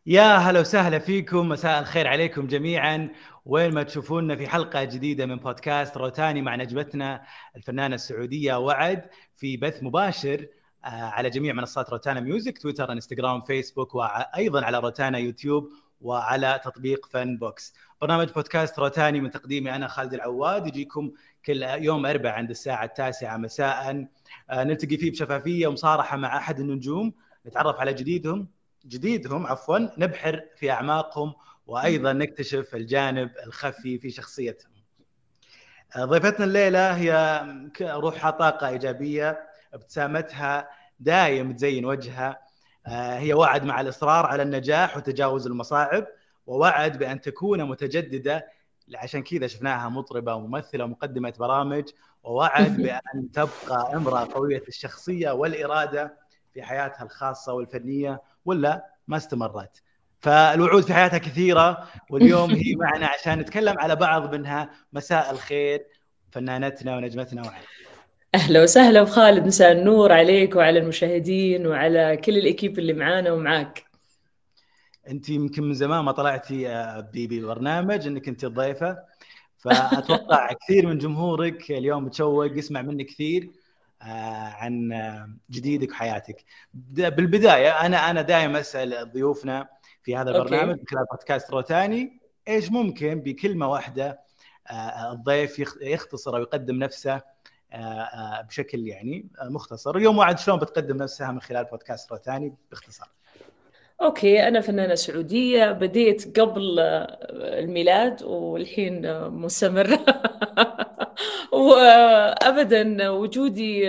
يا هلا وسهلا فيكم، مساء الخير عليكم جميعا. وين ما تشوفونا في حلقة جديدة من بودكاست روتاني مع نجمتنا الفنانة السعودية وعد، في بث مباشر على جميع منصات روتانا ميوزك، تويتر، انستغرام، فيسبوك، وأيضا على روتانا يوتيوب وعلى تطبيق فن بوكس. برنامج بودكاست روتاني من تقديمي أنا خالد العواد يجيكم كل يوم أربعاء عند الساعة 9 مساء. نلتقي فيه بشفافية ومصارحة مع أحد النجوم، نتعرف على جديدهم نبحر في أعماقهم، وأيضا نكتشف الجانب الخفي في شخصيتهم. ضيفتنا الليلة هي روحها طاقة إيجابية، ابتسامتها دايم تزين وجهها. هي وعد مع الإصرار على النجاح وتجاوز المصاعب، ووعد بأن تكون متجددة، عشان كذا شفناها مطربة وممثلة ومقدمة برامج. ووعد بأن تبقى امرأة قوية الشخصية والإرادة في حياتها الخاصة والفنية، ولا ما استمرت. فالوعود في حياتها كثيرة، واليوم هي معنا عشان نتكلم على بعض منها. مساء الخير فنانتنا ونجمتنا وعد. أهلا وسهلا بخالد، مساء النور عليك وعلى المشاهدين وعلى كل الإكيب اللي معانا ومعاك. انت يمكن من زمان ما طلعتي ببرنامج انك انت الضيفة، فأتوقع كثير من جمهورك اليوم متشوق يسمع منك كثير عن جديدك وحياتك. بالبداية أنا دائما أسأل ضيوفنا في هذا البرنامج من خلال بودكاست روتاني، إيش ممكن بكلمة واحدة الضيف يختصر أو يقدم نفسه بشكل يعني مختصر. اليوم وعد شلون بتقدم نفسها من خلال بودكاست روتاني باختصار؟ أوكي، أنا فنانة سعودية، بديت قبل الميلاد والحين مستمرة. وأبدا وجودي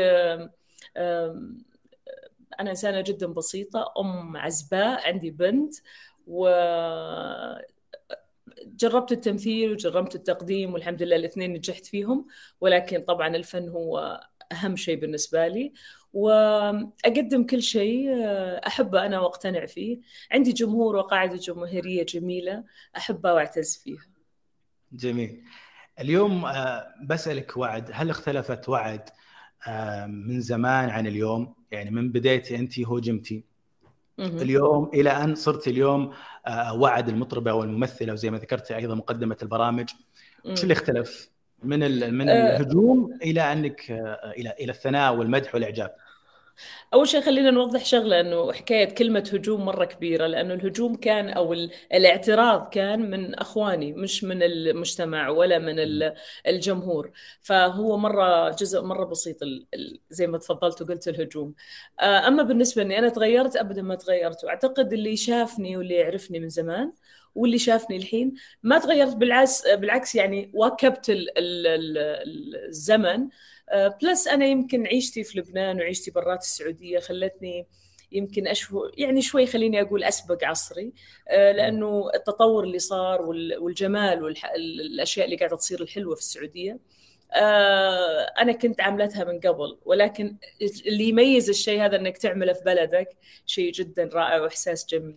أنا إنسانة جدا بسيطة، أم عزباء، عندي بنت، وجربت التمثيل وجربت التقديم والحمد لله الاثنين نجحت فيهم، ولكن طبعا الفن هو أهم شيء بالنسبة لي، وأقدم كل شيء أحبه أنا وأقتنع فيه. عندي جمهور وقاعدة جماهيرية جميلة أحبها وأعتز فيها. جميل. اليوم بسألك وعد، هل اختلفت وعد من زمان عن اليوم؟ يعني من بدايتي أنت هوجمتي اليوم إلى أن صرت اليوم وعد المطربة والممثلة، وزي ما ذكرتي أيضا مقدمة البرامج. وش اللي اختلف من الهجوم إلى أنك إلى الثناء والمدح والإعجاب؟ أول شيء خلينا نوضح شغلة، أنه حكاية كلمة هجوم مرة كبيرة، لأنه الهجوم كان أو الاعتراض كان من أخواني، مش من المجتمع ولا من الجمهور. فهو مرة جزء مرة بسيط زي ما تفضلت وقلت الهجوم. أما بالنسبة أني أنا تغيرت، أبدا ما تغيرت، وأعتقد اللي شافني واللي يعرفني من زمان واللي شافني الحين ما تغيرت، بالعكس يعني واكبت الزمن. بلس أنا يمكن عيشتي في لبنان وعيشتي برات السعودية خلتني يمكن يعني شوي خليني أقول أسبق عصري، لأنه التطور اللي صار والجمال والأشياء اللي قاعدة تصير الحلوة في السعودية أنا كنت عاملتها من قبل، ولكن اللي يميز الشيء هذا أنك تعمله في بلدك شيء جدا رائع وإحساس جميل.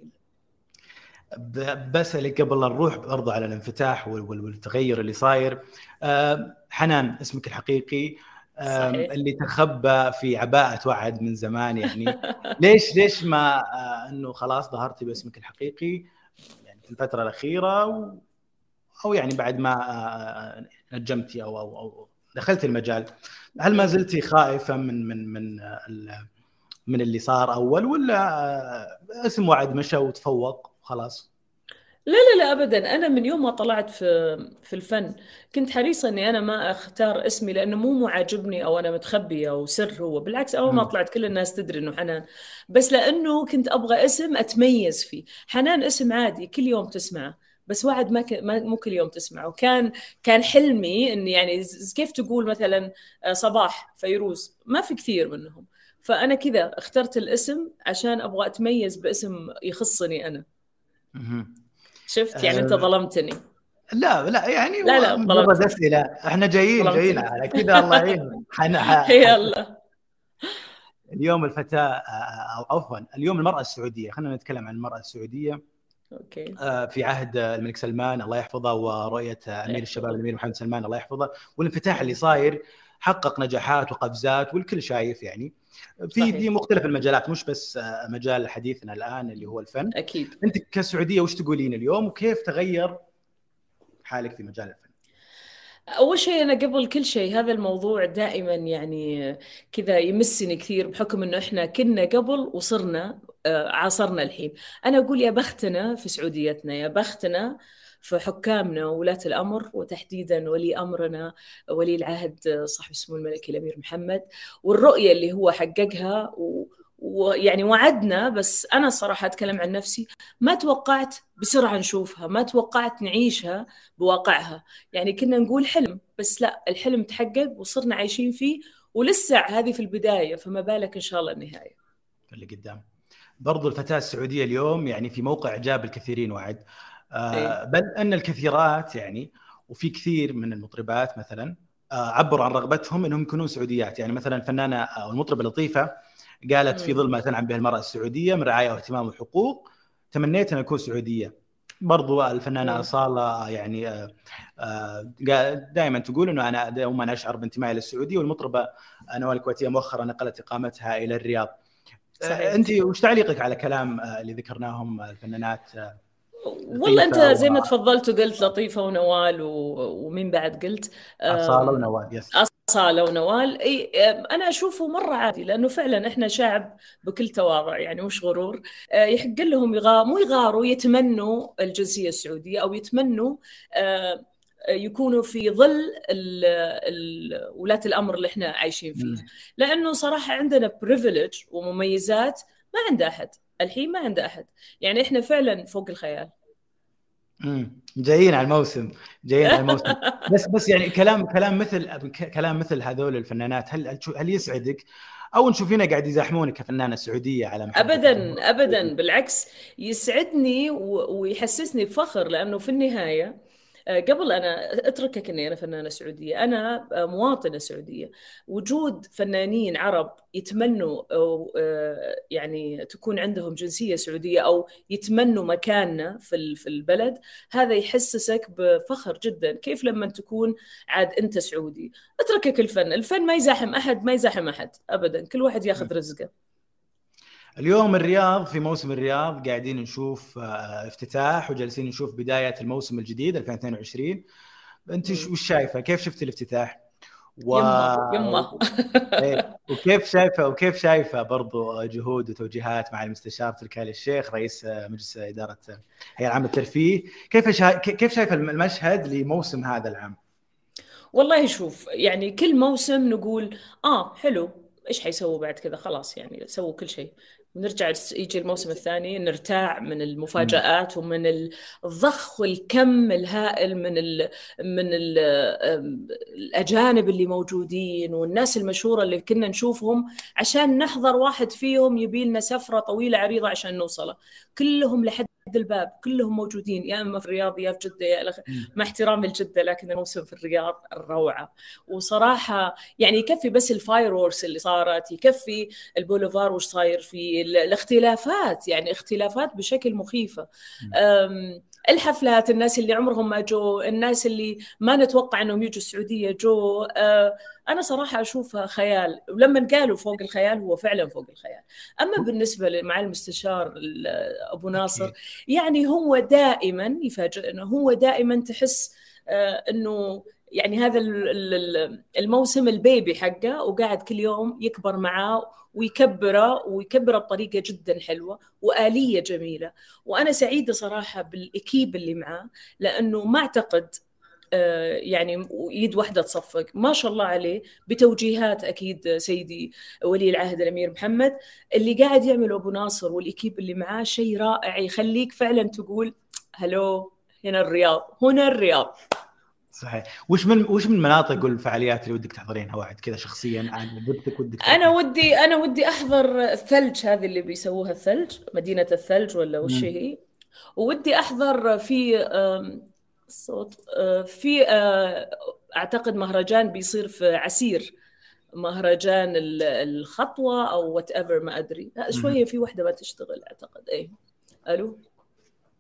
بسألك قبل لا نروح برضو على الانفتاح والتغير اللي صاير، حنان اسمك الحقيقي صحيح. اللي تخبى في عباءة وعد من زمان يعني. ليش ما انه خلاص ظهرتي باسمك الحقيقي يعني في الفترة الأخيرة، او يعني بعد ما نجمتي او دخلتي المجال؟ هل ما زلتي خائفة من اللي صار اول، ولا اسم وعد مشى وتفوق خلاص؟ لا لا لا ابدا، انا من يوم ما طلعت في الفن كنت حريصه اني انا ما اختار اسمي، لانه مو عاجبني او انا متخبيه او سر. هو بالعكس اول ما طلعت كل الناس تدري انه حنان، بس لانه كنت ابغى اسم اتميز فيه. حنان اسم عادي كل يوم تسمعه، بس وعد مو كل يوم تسمعه. كان حلمي اني يعني كيف تقول مثلا صباح فيروز، ما في كثير منهم، فانا كذا اخترت الاسم عشان ابغى اتميز باسم يخصني انا. شفت يعني انت ظلمتني. لا يعني لا لا مجرد ظلمتني. اسئله، احنا جايين ظلمتني. على كذا. الله يعين. يلا. اليوم الفتاه او عفوا اليوم المراه السعوديه، خلينا نتكلم عن المراه السعوديه اوكي. في عهد الملك سلمان الله يحفظه، ورؤيه امير الشباب يحفظك. الامير محمد سلمان الله يحفظه، والانفتاح اللي صاير حقق نجاحات وقفزات والكل شايف يعني في صحيح. مختلف المجالات، مش بس مجال حديثنا الآن اللي هو الفن. أكيد. أنت كسعودية وش تقولين اليوم وكيف تغير حالك في مجال الفن؟ أول شيء أنا قبل كل شيء هذا الموضوع دائما يعني كذا يمسني كثير بحكم إنه إحنا كنا قبل وصرنا عاصرنا الحين. أنا أقول يا بختنا في سعوديتنا، يا بختنا في حكامنا وولاة الأمر، وتحديدا ولي أمرنا ولي العهد صاحب السمو الملكي الأمير محمد، والرؤية اللي هو حققها ويعني وعدنا. بس أنا صراحة أتكلم عن نفسي، ما توقعت بسرعة نشوفها، ما توقعت نعيشها بواقعها. يعني كنا نقول حلم، بس لا، الحلم تحقق وصرنا عايشين فيه، ولسه هذه في البداية، فما بالك إن شاء الله النهاية اللي قدام. برضو الفتاة السعودية اليوم يعني في موقع إعجاب الكثيرين وعد، بل أن الكثيرات يعني وفي كثير من المطربات مثلا عبروا عن رغبتهم أنهم يكونون سعوديات. يعني مثلا الفنانة أو المطربة لطيفة قالت في ظل ما تنعم به المرأة السعودية من رعاية واهتمام وحقوق تمنيت أن أكون سعودية. برضو الفنانة أصالة يعني دائما تقول أنه أنا دوما أشعر بانتمائي للسعودية. والمطربة نوال الكويتية مؤخرا نقلت إقامتها إلى الرياض. صحيح. أنت وش تعليقك على كلام اللي ذكرناهم الفنانات؟ والله أنت زي ما تفضلت وقلت لطيفة ونوال ومين بعد قلت أصالة ونوال. يس. أصالة ونوال. أنا أشوفه مرة عادي، لأنه فعلا إحنا شعب بكل تواضع يعني مش غرور. يحق لهم مو يغاروا، يتمنوا الجنسية السعودية أو يتمنوا يكونوا في ظل ولاة الأمر اللي إحنا عايشين فيه. لأنه صراحة عندنا بريفيليج ومميزات ما عند أحد الحين، ما عند أحد. يعني إحنا فعلا فوق الخيال. جايين على الموسم، جايين على الموسم. بس يعني كلام مثل هذول الفنانات هل يسعدك او نشوفينه قاعد يزاحمونك كفنانه سعوديه على محبة؟ ابدا بالعكس، يسعدني ويحسسني بفخر، لانه في النهايه قبل أنا أتركك أني أنا فنانة سعودية، أنا مواطنة سعودية. وجود فنانين عرب يتمنوا يعني تكون عندهم جنسية سعودية أو يتمنوا مكاننا في البلد، هذا يحسسك بفخر جدا. كيف لما تكون عاد أنت سعودي؟ أتركك الفن ما يزاحم أحد، ما يزاحم أحد أبدا، كل واحد ياخذ رزقه. اليوم الرياض في موسم الرياض قاعدين نشوف افتتاح وجالسين نشوف بداية الموسم الجديد 2022. أنت وش شايفة؟ كيف شفت الافتتاح؟ يمه وكيف شايفة برضو جهود وتوجيهات مع المستشار تركي آل الشيخ رئيس مجلس إدارة الهيئة العامة للترفيه؟ كيف شايفة المشهد لموسم هذا العام؟ والله شوف، يعني كل موسم نقول حلو، ايش حيسووا بعد كذا؟ خلاص يعني سووا كل شيء، ونرجع يجي الموسم الثاني نرتاع من المفاجآت ومن الضخ والكم الهائل من الأجانب اللي موجودين والناس المشهورة اللي كنا نشوفهم عشان نحضر واحد فيهم يبي لنا سفرة طويلة عريضة عشان نوصله. كلهم لحد الباب، كلهم موجودين، يا اما في الرياض يا في جده يا مع احترامي لجده، لكن الموسم في الرياض الروعه. وصراحه يعني يكفي بس الفاير وورس اللي صارت، يكفي البوليفار وش صاير فيه، الاختلافات، يعني اختلافات بشكل مخيفه. الحفلات، الناس اللي عمرهم ما جو، الناس اللي ما نتوقع انهم يجوا السعوديه جو. انا صراحه اشوفها خيال، ولما قالوا فوق الخيال هو فعلا فوق الخيال. اما بالنسبه مع المستشار ابو ناصر، يعني هو دائما يفاجئنا، هو دائما تحس انه يعني هذا الموسم البيبي حقه، وقاعد كل يوم يكبر معاه ويكبره بطريقة جدا حلوة وآلية جميلة. وأنا سعيدة صراحة بالإكيب اللي معاه، لأنه ما أعتقد يعني يد واحدة تصفق، ما شاء الله عليه، بتوجيهات أكيد سيدي ولي العهد الأمير محمد. اللي قاعد يعمله أبو ناصر والإكيب اللي معاه شيء رائع، يخليك فعلا تقول هلو، هنا الرياض، هنا الرياض. صحيح. وش من المناطق والفعاليات اللي ودك تحضرينها واحد كذا شخصيا؟ أنا ودي أحضر الثلج، هذه اللي بيسووها الثلج، مدينة الثلج ولا وش هي. ودي أحضر في الصوت في أعتقد مهرجان بيصير في عسير، مهرجان الخطوة أو whatever، ما أدري، شوية في واحدة ما تشتغل أعتقد. ألو،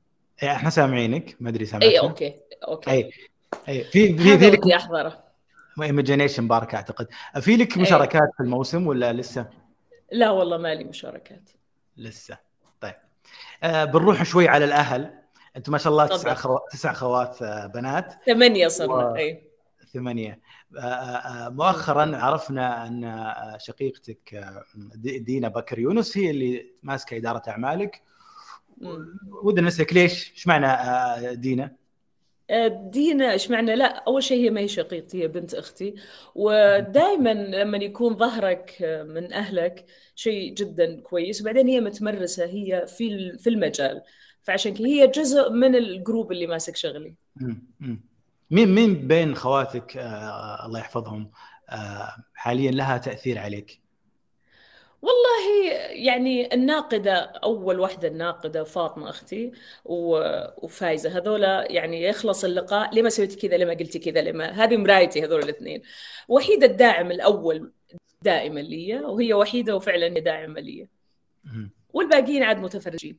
احنا سامعينك، ما ادري سامعتنا. اوكي في هذا ودي احضره. ايماجينيشن بارك اعتقد. في لك مشاركات في الموسم ولا لسه؟ لا والله ما لي مشاركات لسه. طيب بنروح شوي على الاهل. انتم ما شاء الله تسع خوات بنات. 8 صرنا. اي 8. مؤخرا عرفنا ان شقيقتك دينا بكر يونس هي اللي ماسكه اداره اعمالك. ودنا نسالك ليش، ايش معنى دينا؟ دينا ايش معنى؟ لا، اول شيء هي ما هي شقيقتي، هي بنت اختي. ودائما لما يكون ظهرك من اهلك شيء جدا كويس، وبعدين هي متمرسه، هي في المجال، فعشان كذا هي جزء من الجروب اللي ماسك شغلي. مين بين خواتك الله يحفظهم حاليا لها تأثير عليك؟ والله يعني الناقدة، أول واحدة الناقدة فاطمة أختي وفايزة، هذولا يعني يخلص اللقاء لما سويتي كذا، لما قلتي كذا، لما هذه مرايتي هذول الاثنين. وحيدة الداعم الأول دائما لي، وهي وحيدة وفعلا هي داعمة لي، والباقيين عاد متفرجين.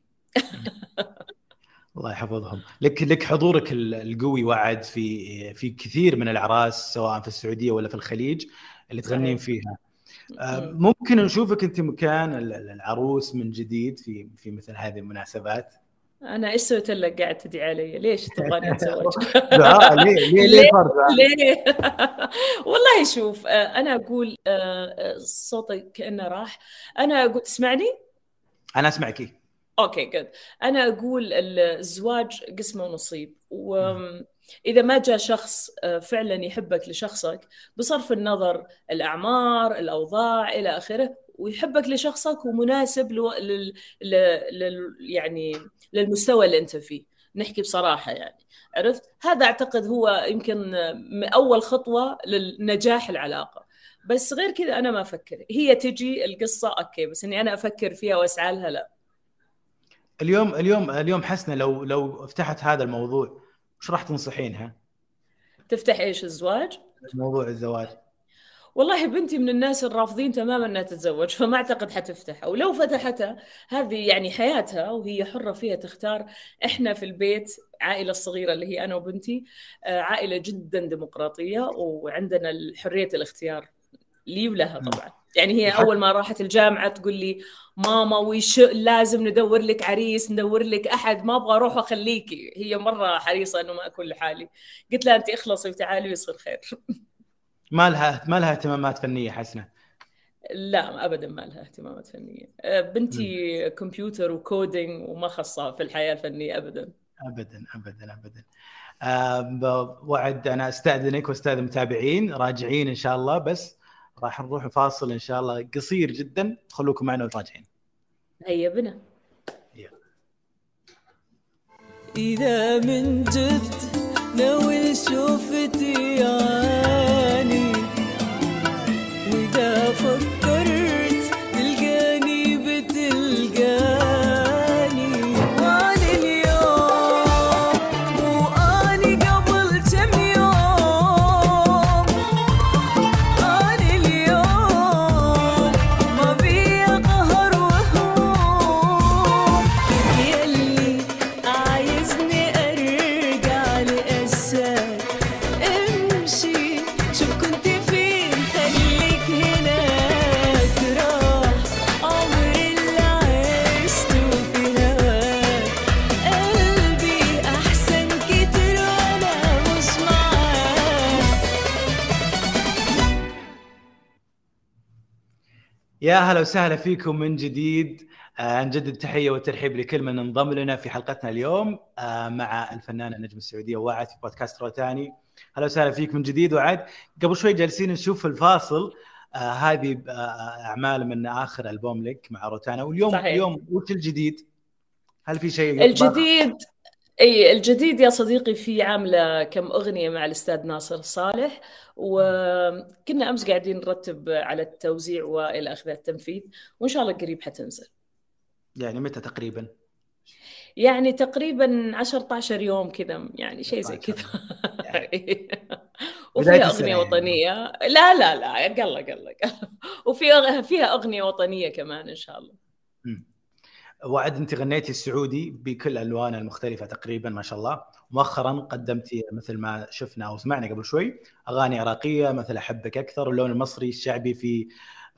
الله يحفظهم. لك حضورك القوي وعد في كثير من الأعراس سواء في السعودية ولا في الخليج اللي تغنين فيها. ممكن نشوفك انت مكان العروس من جديد في مثل هذه المناسبات؟ انا ايش سويت لك قاعد تدعي علي؟ ليش تبغاني اتزوج؟ دعاء ليه والله شوف، انا اقول صوتي كأنه راح. انا اقول تسمعني؟ انا اسمعك. اوكي جود. انا اقول الزواج قسمه ونصيب، واذا ما جاء شخص فعلا يحبك لشخصك بصرف النظر الاعمار الاوضاع الى اخره، ويحبك لشخصك ومناسب يعني للمستوى اللي انت فيه، نحكي بصراحه يعني، عرفت؟ هذا اعتقد هو يمكن اول خطوه للنجاح العلاقه. بس غير كذا انا ما افكر، هي تجي القصه اوكي، بس اني انا افكر فيها واسعى لها لا. اليوم حسنا لو فتحت هذا الموضوع وش راح تنصحينها؟ تفتح ايش؟ الزواج؟ موضوع الزواج. والله بنتي من الناس الرافضين تماما انها تتزوج، فما اعتقد حتفتحها، ولو فتحتها هذه يعني حياتها وهي حرة فيها تختار. احنا في البيت عائلة الصغيرة اللي هي انا وبنتي، عائلة جدا ديمقراطية، وعندنا حرية الاختيار لي ولها طبعا. يعني هي اول ما راحت الجامعة تقول لي ماما وش لازم ندور لك عريس، ندور لك احد، ما ابغى اروح واخليكي. هي مرة حريصة انه ما اكون لحالي. قلت لها انت اخلصي وتعالي ويصير خير. ما لها اهتمامات فنية حسنة؟ لا ابدا ما لها اهتمامات فنيه. بنتي كمبيوتر وكودينج وما خصها في الحياه الفنيه ابدا. ابدا ابدا ابدا. وعد انا استاذنك واستاذن المتابعين راجعين ان شاء الله، بس راح نروح فاصل ان شاء الله قصير جدا، خلوكم معنا وراجعين. هيا بنا. اذا من جد ناوي شوفتي عاني، وإذا فكرت تلقاني بتلقاني، وأنا اليوم وأني قبل كم يوم، أنا اليوم ما بي قهر وهموم، يلي عايزني أرجع لأساك امشي شوف كنت فين، خليك هناك، راح عمري اللي عشته في هواك، قلبي أحسن كتير وأنا مش معاك. يا هلا وسهلا فيكم من جديد. نجدد التحية والترحيب لكل من انضم لنا في حلقتنا اليوم مع الفنانة النجمة السعودية وعد في بودكاست روتاني. هلا وسهلا فيك من جديد وعد. قبل شوي جالسين نشوف الفاصل، هذه أعمال من آخر ألبوم لك مع روتانا، واليوم صحيح. اليوم وش الجديد؟ هل في شيء الجديد؟ اي الجديد يا صديقي، في عامله كم اغنيه مع الاستاذ ناصر صالح، وكنا امس قاعدين نرتب على التوزيع والى اخره التنفيذ، وان شاء الله قريب حتنزل. يعني متى تقريبا؟ يعني تقريبا 10-12 يوم كذا، يعني شيء زي كذا. وفيها أغنية وطنية. لا لا لا قلق. وفيها أغنية وطنية كمان إن شاء الله. وعد انت غنيتي السعودي بكل الوانه المختلفه تقريبا ما شاء الله. مؤخرا قدمتي مثل ما شفنا او سمعنا قبل شوي اغاني عراقيه مثل احبك اكثر، واللون المصري الشعبي في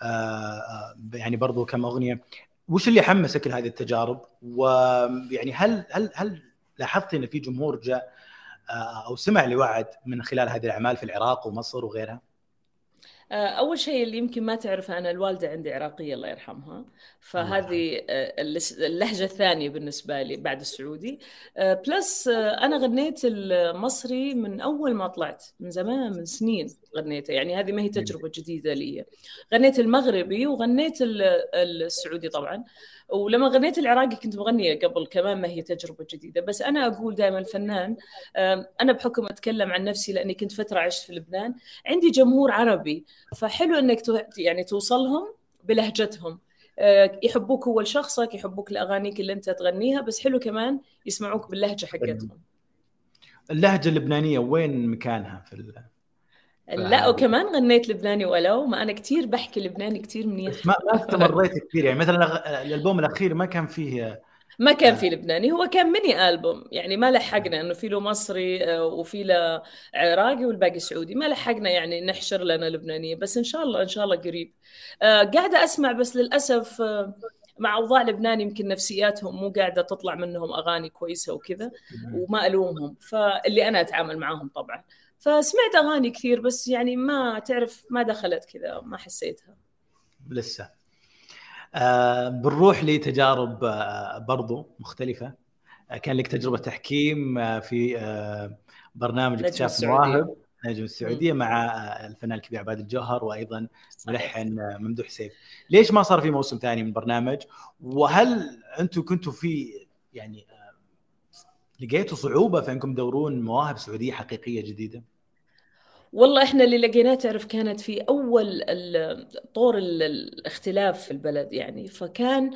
يعني برضو كم اغنيه. وش اللي حمسك لهذه التجارب؟ ويعني هل لاحظتي ان في جمهور جاء او سمع لوعد من خلال هذه الاعمال في العراق ومصر وغيرها؟ أول شيء اللي يمكن ما تعرفه، أنا الوالدة عندي عراقية الله يرحمها، فهذه اللهجة الثانية بالنسبة لي بعد السعودي. بلس أنا غنيت المصري من أول ما طلعت، من زمان، من سنين غنيته، يعني هذه ما هي تجربة جديدة لي. غنيت المغربي وغنيت السعودي طبعا، ولما غنيت العراقي كنت مغنية قبل كمان، ما هي تجربة جديدة. بس أنا أقول دائما الفنان، أنا بحكم أتكلم عن نفسي لأني كنت فترة عشت في لبنان، عندي جمهور عربي، فحلو أنك يعني توصلهم بلهجتهم. يحبوك هو لشخصك، يحبوك لأغانيك اللي أنت تغنيها، بس حلو كمان يسمعوك باللهجة حقتهم. اللهجة اللبنانية وين مكانها في لا وكمان غنيت لبناني، ولو ما أنا كتير بحكي لبناني كتير منيح. بس ما استمريت كثير، يعني مثلا الألبوم الأخير ما كان فيه ما كان في لبناني، هو كان ميني ألبوم، يعني ما لحقنا انه في له مصري وفي له عراقي والباقي سعودي، ما لحقنا يعني نحشر لنا لبنانية، بس ان شاء الله قريب. قاعدة اسمع، بس للأسف مع اوضاع لبنان يمكن نفسياتهم مو قاعدة تطلع منهم اغاني كويسة وكذا، وما الومهم، فاللي انا اتعامل معاهم طبعا. فسمعت اغاني كثير، بس يعني ما تعرف، ما دخلت كذا، ما حسيتها لسه. بنروح لتجارب برضو مختلفة. كان لك تجربة تحكيم في برنامج اكتشاف مواهب نجم السعودية مع الفنان الكبير عباد الجوهر، وأيضا ملحن ممدوح سيف. ليش ما صار في موسم ثاني من البرنامج؟ وهل أنتم كنتوا في يعني لقيتوا صعوبة في أنكم تدورون مواهب سعودية حقيقية جديدة؟ والله احنا اللي لقيناه، تعرف، كانت في اول طور الاختلاف في البلد يعني، فكان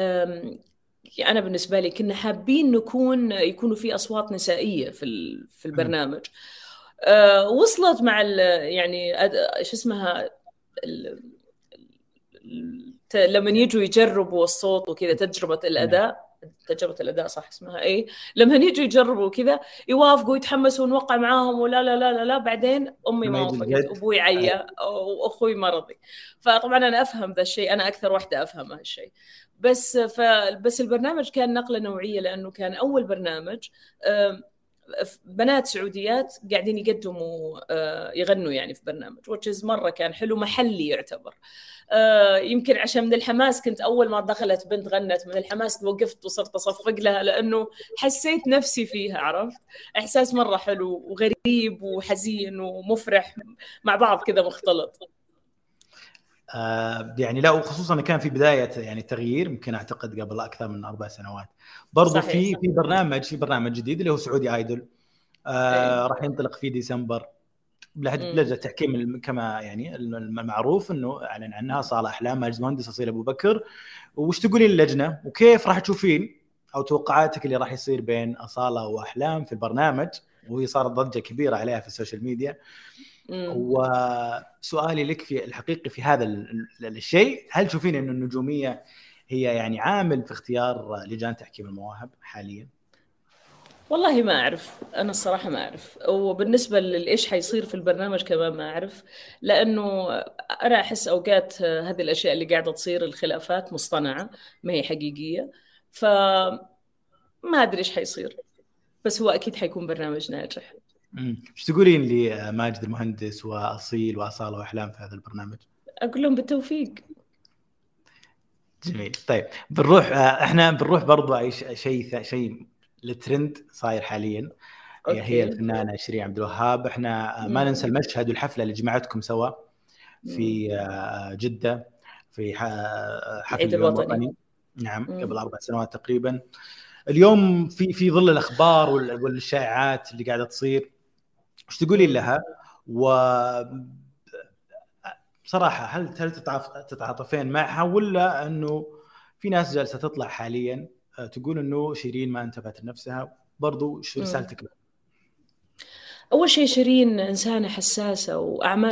انا بالنسبه لي كنا حابين يكونوا في اصوات نسائيه في البرنامج. وصلت مع يعني ايش اسمها لما يجوا يجربوا الصوت وكذا، تجربه الاداء صح اسمها ايه، لما يجوا يجربوا كذا يوافقوا يتحمسوا ونوقع معاهم، ولا لا لا لا, لا بعدين امي ما وافقت، ابوي عيا، واخوي ما رضي. فطبعا انا افهم ذا الشيء، انا اكثر واحده افهم هالشيء. بس البرنامج كان نقله نوعيه، لانه كان اول برنامج بنات سعوديات قاعدين يقدموا يغنوا يعني في برنامج، which مرة كان حلو، محلي يعتبر. يمكن عشان من الحماس، كنت أول ما دخلت بنت غنت، من الحماس وقفت وصرت أصفق لها، لأنه حسيت نفسي فيها، عرفت؟ إحساس مرة حلو وغريب وحزين ومفرح مع بعض كذا مختلط. يعني لا، وخصوصا كان في بداية يعني تغيير، يمكن أعتقد قبل أكثر من 4 سنوات برضو. في برنامج جديد اللي هو سعودي آيدول، راح ينطلق في ديسمبر بلجنة تحكيم كما يعني المعروف انه اعلن عنها صالح احلام ماجد مهندس اصيل ابو بكر. وش تقولين اللجنة، وكيف راح تشوفين او توقعاتك اللي راح يصير بين اصالة واحلام في البرنامج، وهي صارت ضجة كبيرة عليها في السوشيال ميديا؟ وسؤالي لك في الحقيقة في هذا الشيء، هل تشوفين انه النجومية هي يعني عامل في اختيار لجان تحكيم المواهب حاليا؟ والله ما أعرف، أنا الصراحة ما أعرف. وبالنسبة لإيش حيصير في البرنامج كمان ما أعرف، لأنه أنا أحس أوقات هذه الأشياء اللي قاعدة تصير، الخلافات مصطنعة ما هي حقيقية، فما أدري إيش حيصير، بس هو أكيد حيكون برنامج ناجح. ايش تقولين لماجد المهندس وأصيل وأصالة وأحلام في هذا البرنامج؟ أقول لهم بالتوفيق. جميل. طيب احنا بنروح برضو أي شيء الترند صاير حاليا، هي الفنانة شيرين عبد الوهاب. احنا ما ننسى المشهد والحفلة اللي جمعتكم سوا في جدة في حفل الوطني، نعم، قبل 4 سنوات تقريبا. اليوم في ظل الأخبار والشائعات اللي قاعدة تصير، ايش تقولين لها؟ وبصراحة هل تتعاطفين معها، ولا انه في ناس جالسة تطلع حاليا تقول انه شيرين ما انتبهت لنفسها؟ برضو شو رسالتك لها؟ اول شيء، شيرين انسانة حساسة، واعمالها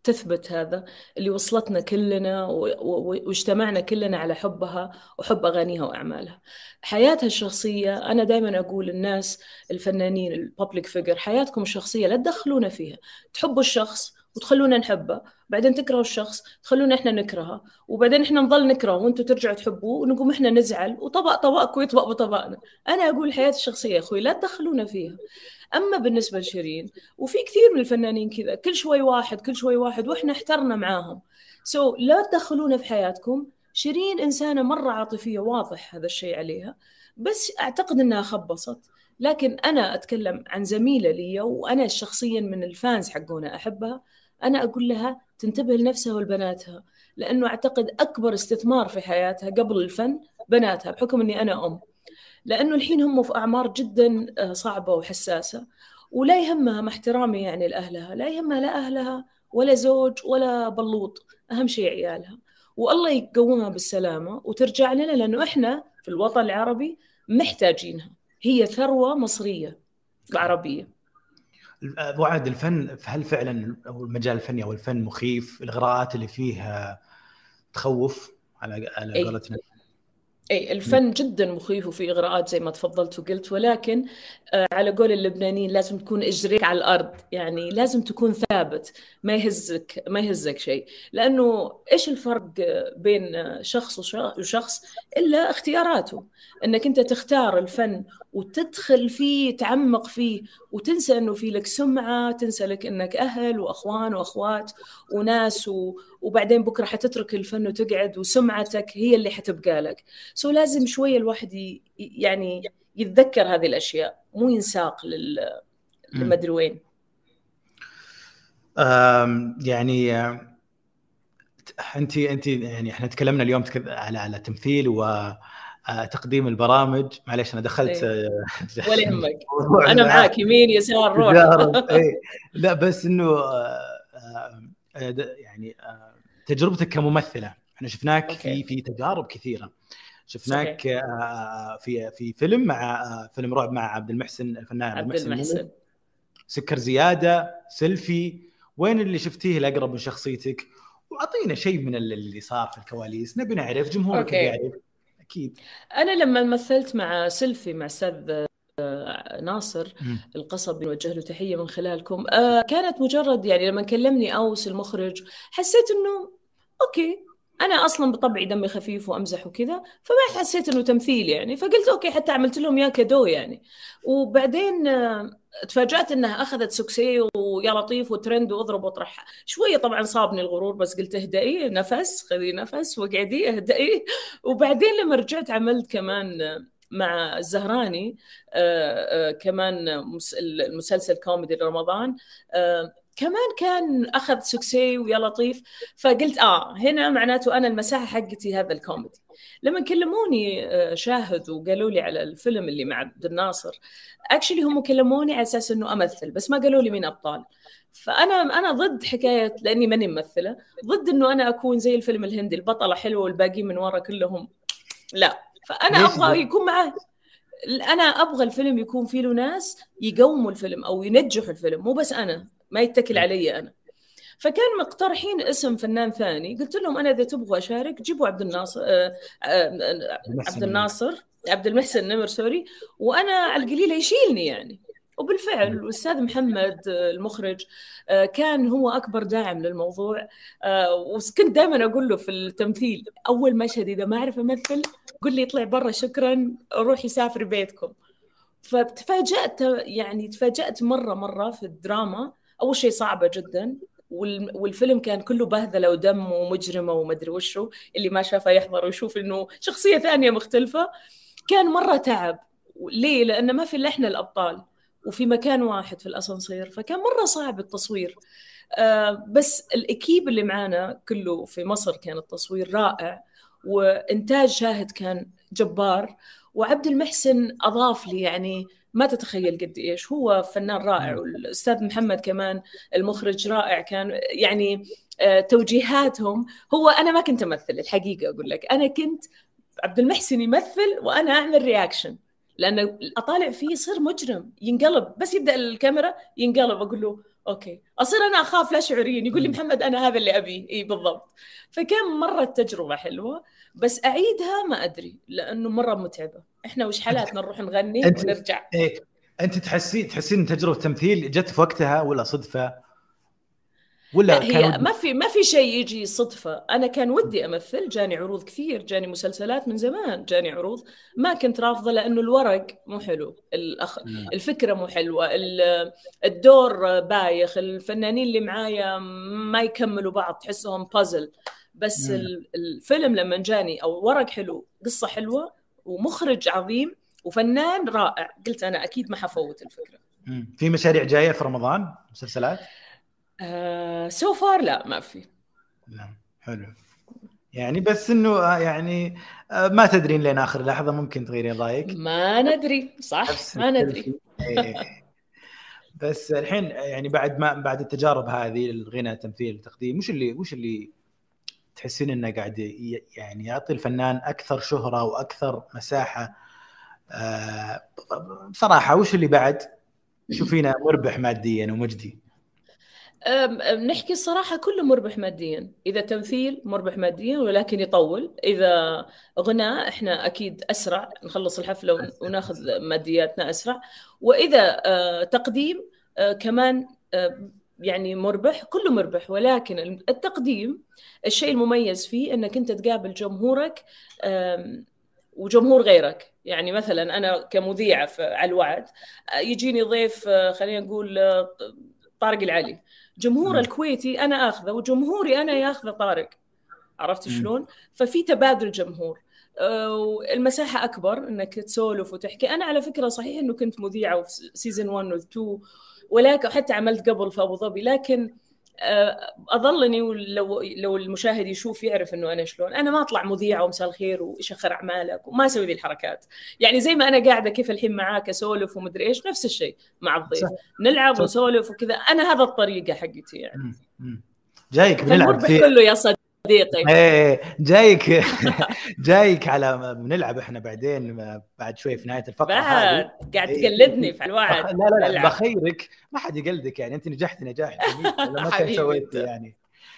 تثبت هذا اللي وصلتنا كلنا واجتمعنا كلنا على حبها وحب أغانيها وأعمالها. حياتها الشخصية أنا دائما أقول للناس الفنانين البابليك فيجر حياتكم الشخصية لا تدخلونا فيها. تحبوا الشخص وتخلونا نحبه، بعدين تكرهوا الشخص تخلونا إحنا نكرهه، وبعدين إحنا نظل نكرهه وأنتوا ترجعوا تحبوه ونقوم إحنا نزعل وطبقكم يطبق بطبقنا. أنا أقول الحياة الشخصية يا أخوي لا تدخلونا فيها. أما بالنسبة لشيرين وفي كثير من الفنانين كذا كل شوي واحد وإحنا احترنا معاهم. لا تدخلونا في حياتكم. شيرين إنسانة مرة عاطفية، واضح هذا الشيء عليها، بس أعتقد أنها خبصت. لكن أنا أتكلم عن زميلة لي وأنا شخصيا من الفانز حقونا أحبها، أنا أقول لها تنتبه لنفسها ولبناتها، لأنه أعتقد أكبر استثمار في حياتها قبل الفن بناتها، بحكم أني أنا أم، لأنه الحين هم في أعمار جدا صعبة وحساسة، ولا يهمها، مع احترامي يعني لأهلها، لا يهمها لا أهلها ولا زوج ولا بلوط، أهم شيء عيالها، والله يقومها بالسلامة وترجع لنا، لأنه إحنا في الوطن العربي محتاجينها، هي ثروة مصرية عربية. وعد الفن، هل فعلا المجال الفني أو الفن مخيف؟ الإغراءات اللي فيه تخوف على قولتنا. أي الفن جدا مخيف وفي إغراءات زي ما تفضلت وقلت، ولكن على قول اللبنانيين لازم تكون إجريك على الأرض، يعني لازم تكون ثابت، ما يهزك شيء، لأنه إيش الفرق بين شخص وشخص إلا اختياراته، أنك أنت تختار الفن وتدخل فيه تعمق فيه وتنسى أنه في لك سمعة، تنسى لك أنك أهل وأخوان وأخوات وناس وبعدين بكرة حتترك الفن وتقعد وسمعتك هي اللي حتبقى لك. لازم شوية الواحد يعني يتذكر هذه الأشياء، مو ينساق لمدري وين. يعني أنت يعني إحنا تكلمنا اليوم على تمثيل وتقديم البرامج. معليش أنا دخلت ولا يهمك، أنا معاك يمين يسار روح. لا بس إنه يعني تجربتك كممثلة، إحنا شفناك في تجارب كثيرة، شفناك في فيلم فيلم رعب مع عبد المحسن، الفنان عبد المحسن، سكر زيادة، سيلفي. وين اللي شفتيه الأقرب من شخصيتك؟ وعطينا شيء من اللي صار في الكواليس، نبي نعرف، جمهورك يعرف أكيد. أنا لما مثلت مع سيلفي مع أستاذ ناصر القصبي، نوجه له تحية من خلالكم، كانت مجرد يعني لما كلمني أوس المخرج حسيت إنه أوكي، أنا أصلاً بطبعي دمي خفيف وأمزح وكذا، فما حسيت إنه تمثيل يعني، فقلت أوكي، حتى عملت لهم يا كادو يعني. وبعدين تفاجأت إنها أخذت سوكسي ويا لطيف وترند وأضرب وطرح شوية. طبعاً صابني الغرور، بس قلت اهدئي، نفس، خذي نفس واقعدي اهدئي. وبعدين لما رجعت عملت كمان مع الزهراني كمان المسلسل كوميدي رمضان، كمان كان أخذ سوكسي ويا لطيف، فقلت هنا معناته أنا المساحة حقتي هذا الكوميدي. لما كلموني شاهد وقالوا لي على الفيلم اللي مع عبد الناصر، اكشلي هم كلموني على أساس أنه أمثل، بس ما قالوا لي مين أبطال. فأنا ضد حكاية، لأني ماني ممثلة، ضد أنه أنا أكون زي الفيلم الهندي البطلة حلوة والباقي من ورا كلهم، لا. فأنا أبغى يكون معه، أنا أبغى الفيلم يكون فيه له ناس يقوموا الفيلم أو ينجحوا الفيلم، مو بس أنا، ما يتكل علي أنا. فكان مقترحين اسم فنان ثاني، قلت لهم أنا إذا تبغوا أشارك جيبوا عبد المحسن النمر سوري، وأنا على القليلة يشيلني يعني. وبالفعل الأستاذ محمد المخرج كان هو أكبر داعم للموضوع، وكنت دائما أقول له في التمثيل أول مشهد إذا ما أعرف أمثل قل لي اطلع برا شكرا، روح يسافر بيتكم. تفاجأت مرة في الدراما. أول شيء صعبة جدا، والفيلم كان كله بهذلة ودم ومجرمة ومدري وشو، اللي ما شافه يحضر ويشوف إنه شخصية ثانية مختلفة. كان مرة تعب. ليه؟ لأن ما في إلا إحنا الأبطال وفي مكان واحد في الأسانسير، فكان مرة صعب التصوير. بس الإكيب اللي معانا كله في مصر كان التصوير رائع، وإنتاج شاهد كان جبار، وعبد المحسن أضاف لي يعني ما تتخيل قد إيش، هو فنان رائع. والأستاذ محمد كمان المخرج رائع كان، يعني توجيهاتهم. أنا ما كنت أمثل الحقيقة، أقول لك أنا كنت عبد المحسن يمثل وأنا أعمل رياكشن، لأن أطالع فيه يصير مجرم، ينقلب، بس يبدأ الكاميرا ينقلب، أقول له اوكي اصير انا اخاف لا شعوريا، يقول لي محمد انا هذا اللي ابي. اي بالضبط. فكان مره تجربه حلوه، بس اعيدها ما ادري لانه مره متعبه. احنا وش حالاتنا نروح نغني انت ونرجع. إيه انت تحسين تجربه تمثيل جت في وقتها ولا صدفه ولا لا كان هي ودك؟ ما في شيء يجي صدفة. أنا كان ودي أمثل، جاني عروض كثير، جاني مسلسلات من زمان، جاني عروض ما كنت رافضة لأنه الورق مو حلو، الفكرة مو حلوة، الدور بايخ، الفنانين اللي معايا ما يكملوا بعض، تحسهم بازل. بس الفيلم لما جاني أو ورق حلو، قصة حلوة، ومخرج عظيم وفنان رائع، قلت أنا أكيد ما حفوت الفكرة. في مشاريع جايه في رمضان مسلسلات؟ سو فار لا ما في. نعم حلو. يعني بس انه يعني ما تدرين لين اخر لحظه ممكن تغيرين رايك. ما ندري صح، نفس ما ندري. إيه. بس الحين يعني بعد التجارب هذه، الغنى، التمثيل، التقديم، وش اللي تحسين انه قاعد يعني يعطي الفنان اكثر شهره واكثر مساحه؟ بصراحه وش اللي بعد تشوفينه مربح ماديا ومجدي؟ نحكي الصراحة كله مربح ماديا. إذا تمثيل مربح ماديا ولكن يطول، إذا غناء إحنا أكيد أسرع نخلص الحفلة وناخذ مادياتنا أسرع، وإذا تقديم كمان يعني مربح، كله مربح. ولكن التقديم الشيء المميز فيه أنك أنت تقابل جمهورك وجمهور غيرك. يعني مثلا أنا كمذيعة على الوعد يجيني ضيف خلينا نقول طارق العلي، جمهور الكويتي أنا أخذه وجمهوري أنا ياخذه طارق، عرفت شلون؟ ففي تبادل جمهور، المساحة أكبر إنك تسولف وتحكي. أنا على فكرة صحيح إنه كنت مذيعة في سيزن 1 و 2، ولكن حتى عملت قبل في أبو ظبي، لكن أظلني لو المشاهد يشوف يعرف إنه أنا شلون. أنا ما أطلع مذيعة ومساء الخير وإيش أخر أعمالك وما أسوي ذي الحركات. يعني زي ما أنا قاعدة كيف الحين معاك أسولف ومدري إيش، نفس الشيء مع الضيف، نلعب ونسولف وكذا. أنا هذا الطريقة حقتي يعني. جايك بنلعب فيه كله يا صديقي. جايك على بنلعب احنا بعدين بعد شوي في نهايه الفقره هذه. قاعد تقلدني في الوعد. لا بخيرك، ما حد يقلدك يعني. انت نجحت نجاح جميل ولا ما كنت سويت يعني.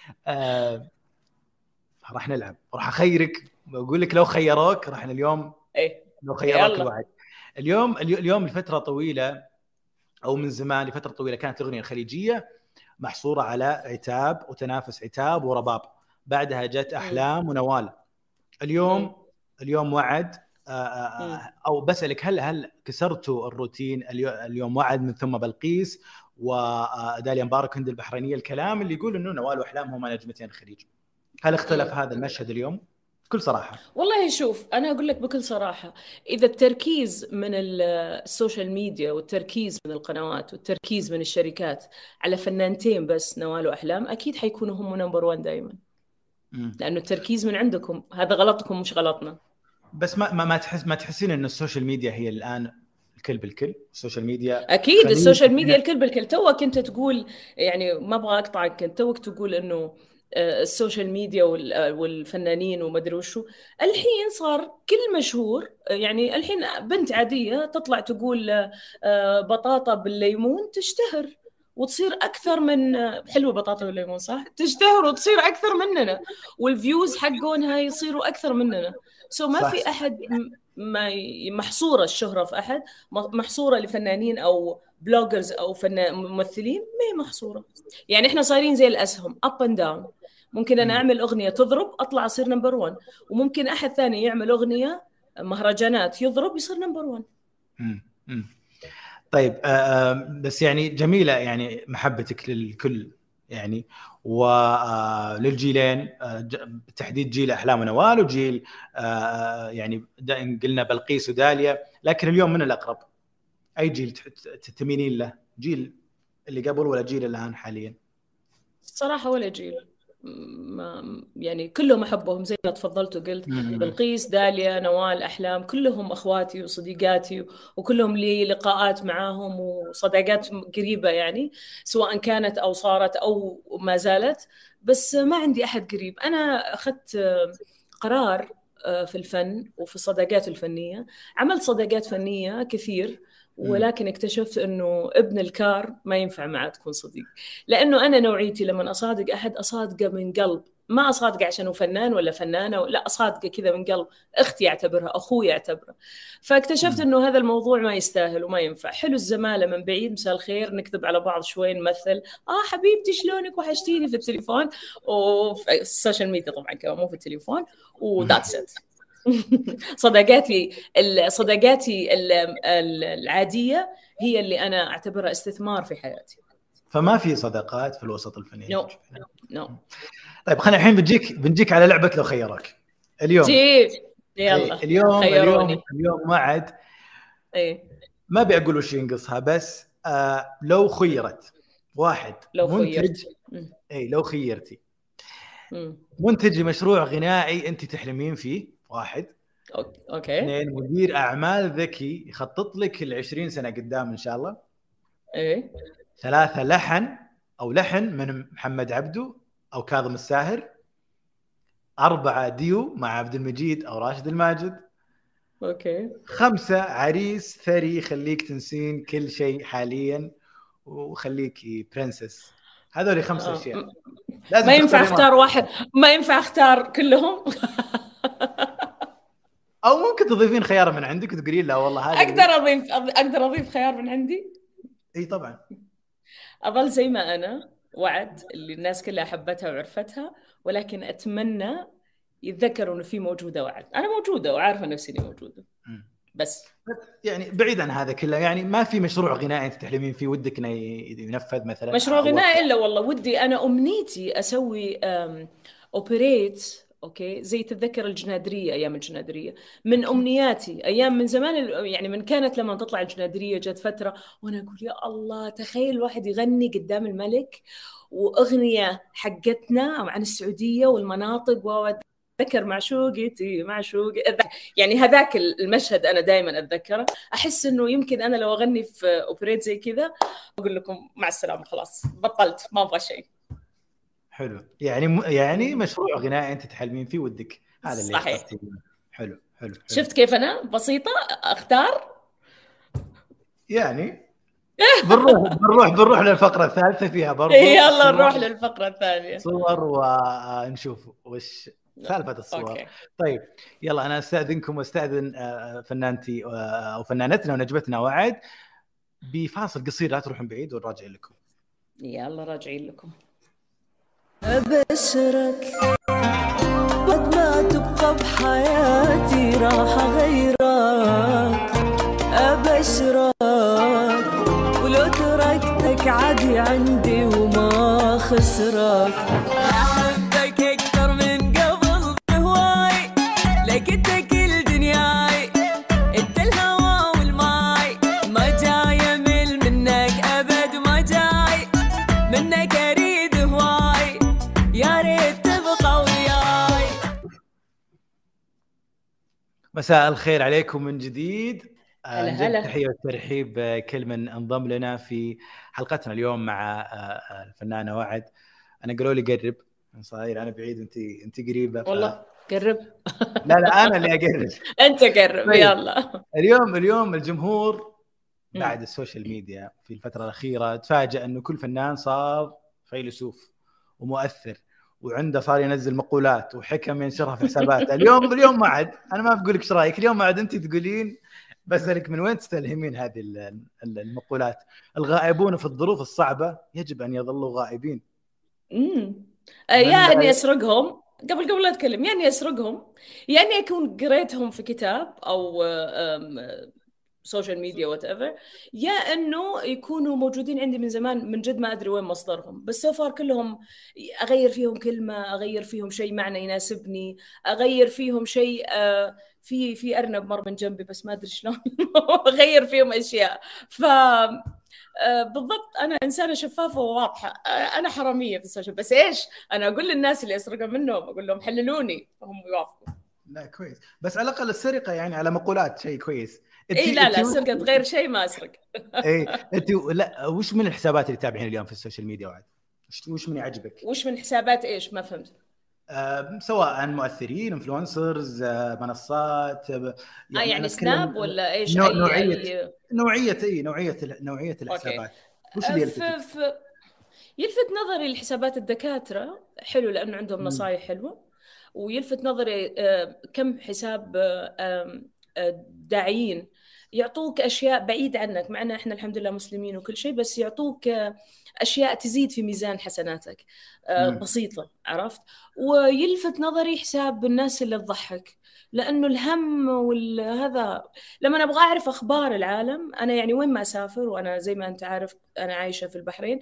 راح نلعب، راح اخيرك، بقول لك لو خيروك راح اليوم لو خيروك الوعد اليوم لفتره طويله او من زمان لفتره طويله كانت الاغنيه الخليجيه محصوره على عتاب وتنافس عتاب ورباب، بعدها جت احلام ونوال. اليوم وعد. او بسالك هل كسرتوا الروتين؟ اليوم وعد من ثم بلقيس وداليا مبارك هند البحرينيه، الكلام اللي يقول انه نوال واحلام هما نجمتين الخليج، هل اختلف هذا المشهد اليوم بكل صراحه؟ والله شوف انا اقول لك بكل صراحه، اذا التركيز من السوشيال ميديا والتركيز من القنوات والتركيز من الشركات على فنانتين بس نوال واحلام، اكيد حيكونوا هم نمبر 1 دائما، لانه التركيز من عندكم. هذا غلطكم مش غلطنا. بس ما تحسين ان السوشيال ميديا هي الان الكل بالكل؟ السوشيال ميديا اكيد السوشيال ميديا الكل بالكل. توك انت تقول يعني ما ابغى اقطعك، انت توك تقول انه السوشيال ميديا والفنانين وما ادري وشو. الحين صار كل مشهور، يعني الحين بنت عاديه تطلع تقول بطاطا بالليمون تشتهر وتصير اكثر من حلوه. بطاطا بالليمون صح، تشتهر وتصير اكثر مننا، والفيوز حقونها يصيروا اكثر مننا. ما في احد ما محصوره الشهره في احد، محصوره لفنانين او بلوجرز او ممثلين، ما هي محصوره. يعني احنا صايرين زي الاسهم اب اند داون. ممكن انا اعمل اغنيه تضرب اطلع اصير نمبر 1، وممكن احد ثاني يعمل اغنيه مهرجانات يضرب يصير نمبر 1. طيب بس يعني جميله يعني محبتك للكل يعني وللجيلين بالتحديد، جيل احلام ونوال وجيل يعني قلنا بلقيس وداليا، لكن اليوم من الاقرب؟ اي جيل تتمينين له؟ جيل اللي قبل ولا جيل الان حاليا؟ الصراحه ولا جيل، يعني كلهم احبهم زي ما تفضلت وقلت. بلقيس، داليا، نوال، احلام، كلهم اخواتي وصديقاتي، وكلهم لي لقاءات معاهم وصداقات قريبه، يعني سواء كانت او صارت او ما زالت. بس ما عندي احد قريب. انا اخذت قرار في الفن وفي الصداقات الفنيه، عملت صداقات فنيه كثير ولكن اكتشفت انه ابن الكار ما ينفع معه تكون صديق، لانه انا نوعيتي لما اصادق احد اصادقه من قلب، ما اصادقه عشان هو فنان ولا فنانه، لا اصادقه كذا من قلب، اختي اعتبرها، اخوي اعتبره. فاكتشفت انه هذا الموضوع ما يستاهل وما ينفع. حلو الزماله من بعيد، مساء الخير، نكتب على بعض شوي، نمثل حبيبتي شلونك وحشتيني في التليفون وفي السوشيال ميديا طبعا كمان، مو في التليفون، وذاتس ات. صداقاتي العاديه هي اللي انا اعتبرها استثمار في حياتي. فما في صداقات في الوسط الفني؟ نو. طيب خلينا الحين بنجيك على لعبة لو خيرك اليوم. يلا اليوم وعد. ايه ما بيقول وش ينقصها، بس لو خيرت واحد منتج، لو خيرتي منتج مشروع غنائي انت تحلمين فيه، واحد. اوكي. 2 مدير اعمال ذكي يخطط لك ال20 سنة قدام ان شاء الله. 3 لحن من محمد عبده او كاظم الساهر. 4 ديو مع عبد المجيد او راشد الماجد. 5 عريس ثري يخليك تنسين كل شيء حاليا وخليكي برنسس. هذول 5 أشياء. ما ينفع اختار واحد، ما ينفع اختار كلهم. او ممكن تضيفين خيار من عندك وتقولين لا والله هذا اقدر اضيف خيار من عندي. اي طبعا. اظل زي ما انا، وعد اللي الناس كلها حبتها وعرفتها، ولكن اتمنى يتذكروا انه في موجوده وعد. انا موجوده وعارفه نفسي اني موجوده. بس يعني بعيد عن هذا كله، يعني ما في مشروع غنائي انت تحلمين فيه ودك انه ينفذ مثلا؟ مشروع غنائي الا والله ودي، انا امنيتي اسوي اوبريت. اوكي، زي تتذكر الجنادريه، ايام الجنادريه من امنياتي، ايام من زمان، يعني من كانت لما تطلع الجنادريه جت فتره وانا اقول يا الله تخيل الواحد يغني قدام الملك واغنيه حقتنا عن السعوديه والمناطق، واتذكر معشوقتي يعني هذاك المشهد انا دائما اتذكره. احس انه يمكن انا لو اغني في اوبريت زي كذا اقول لكم مع السلامه خلاص بطلت، ما ابغى شيء. حلو، يعني مشروع غنائي انت تحلمين فيه ودك هذا اللي صحيح. حلو. شفت كيف انا بسيطه اختار؟ يعني بنروح للفقره الثالثه فيها برضو. يلا نروح للفقره الثانيه، صور ونشوف وش سالفه الصور. أوكي. طيب يلا انا استاذنكم واستاذن فنانتي او فنانتنا ونجمتنا وعد بفاصل قصير، لا تروحون بعيد ونراجع لكم. يلا راجعين لكم. أبشرك بعد ما تبقى بحياتي راح أغيرك. أبشرك ولو تركتك عادي عندي وما خسرك. أحبك أكثر من قبل بهواي، لقيتك كل دنياي، أنت الهوى والماي، ما جاي أمل منك أبد، ما جاي منك أريد هواي، يا ريت تبقى وياي. مساء الخير عليكم من جديد. هلا. تحية والترحيب كل من انضم لنا في حلقتنا اليوم مع الفنانة وعد. أنا قالوا لي قرب، صاير أنا بعيد أنت قريبة. والله قرب. لا أنا اللي أقرب. أنت قرب. يلا. اليوم الجمهور بعد السوشيال ميديا في الفترة الأخيرة تفاجأ أنه كل فنان صار فيلسوف ومؤثر وعنده صار ينزل مقولات وحكم ينشرها في حساباته. اليوم وعد، أنا ما بقول لك إيش رأيك اليوم وعد، أنت تقولين بسألك من وين تستلهمين هذه المقولات؟ الغائبون في الظروف الصعبة يجب أن يظلوا غائبين. يعني أسرقهم قبل لا أتكلم، يعني أسرقهم، يعني أكون قريتهم في كتاب أو سوشيال ميديا وات ايفر، يا انه يكونوا موجودين عندي من زمان، من جد ما ادري وين مصدرهم، بس سوفار كلهم اغير فيهم كلمه، اغير فيهم شيء معنى يناسبني، اغير فيهم شيء في ارنب مر من جنبي بس ما ادري شلون اغير فيهم اشياء. ف بالضبط انا انسانه شفافه وواضحه، انا حراميه في السوشيال، بس ايش انا اقول للناس اللي اسرقها منهم، اقول لهم حللوني فهم يوافقوا. لا كويس، بس على الاقل السرقه يعني على مقولات شيء كويس. لا سرقة غير شيء ما اسرق. انت لا، وش من الحسابات اللي تتابعين اليوم في السوشيال ميديا وعد؟ وش من يعجبك؟ وش من حسابات ايش؟ ما فهمت. سواء مؤثرين، انفلونسرز، منصات، يعني أنا سناب ولا ايش؟ نوعية الحسابات. وش أوكي. اللي يلفت؟ يلفت نظري الحسابات الدكاترة حلو لأنه عندهم نصايح حلوة، ويلفت نظري كم حساب داعيين يعطوك أشياء بعيد عنك، مع أن إحنا الحمد لله مسلمين وكل شيء، بس يعطوك أشياء تزيد في ميزان حسناتك بسيطة، عرفت؟ ويلفت نظري حساب الناس اللي تضحك، لأنه الهم هذا لما أنا أبغى أعرف أخبار العالم، أنا يعني وين ما أسافر، وأنا زي ما أنت عارف أنا عايشة في البحرين،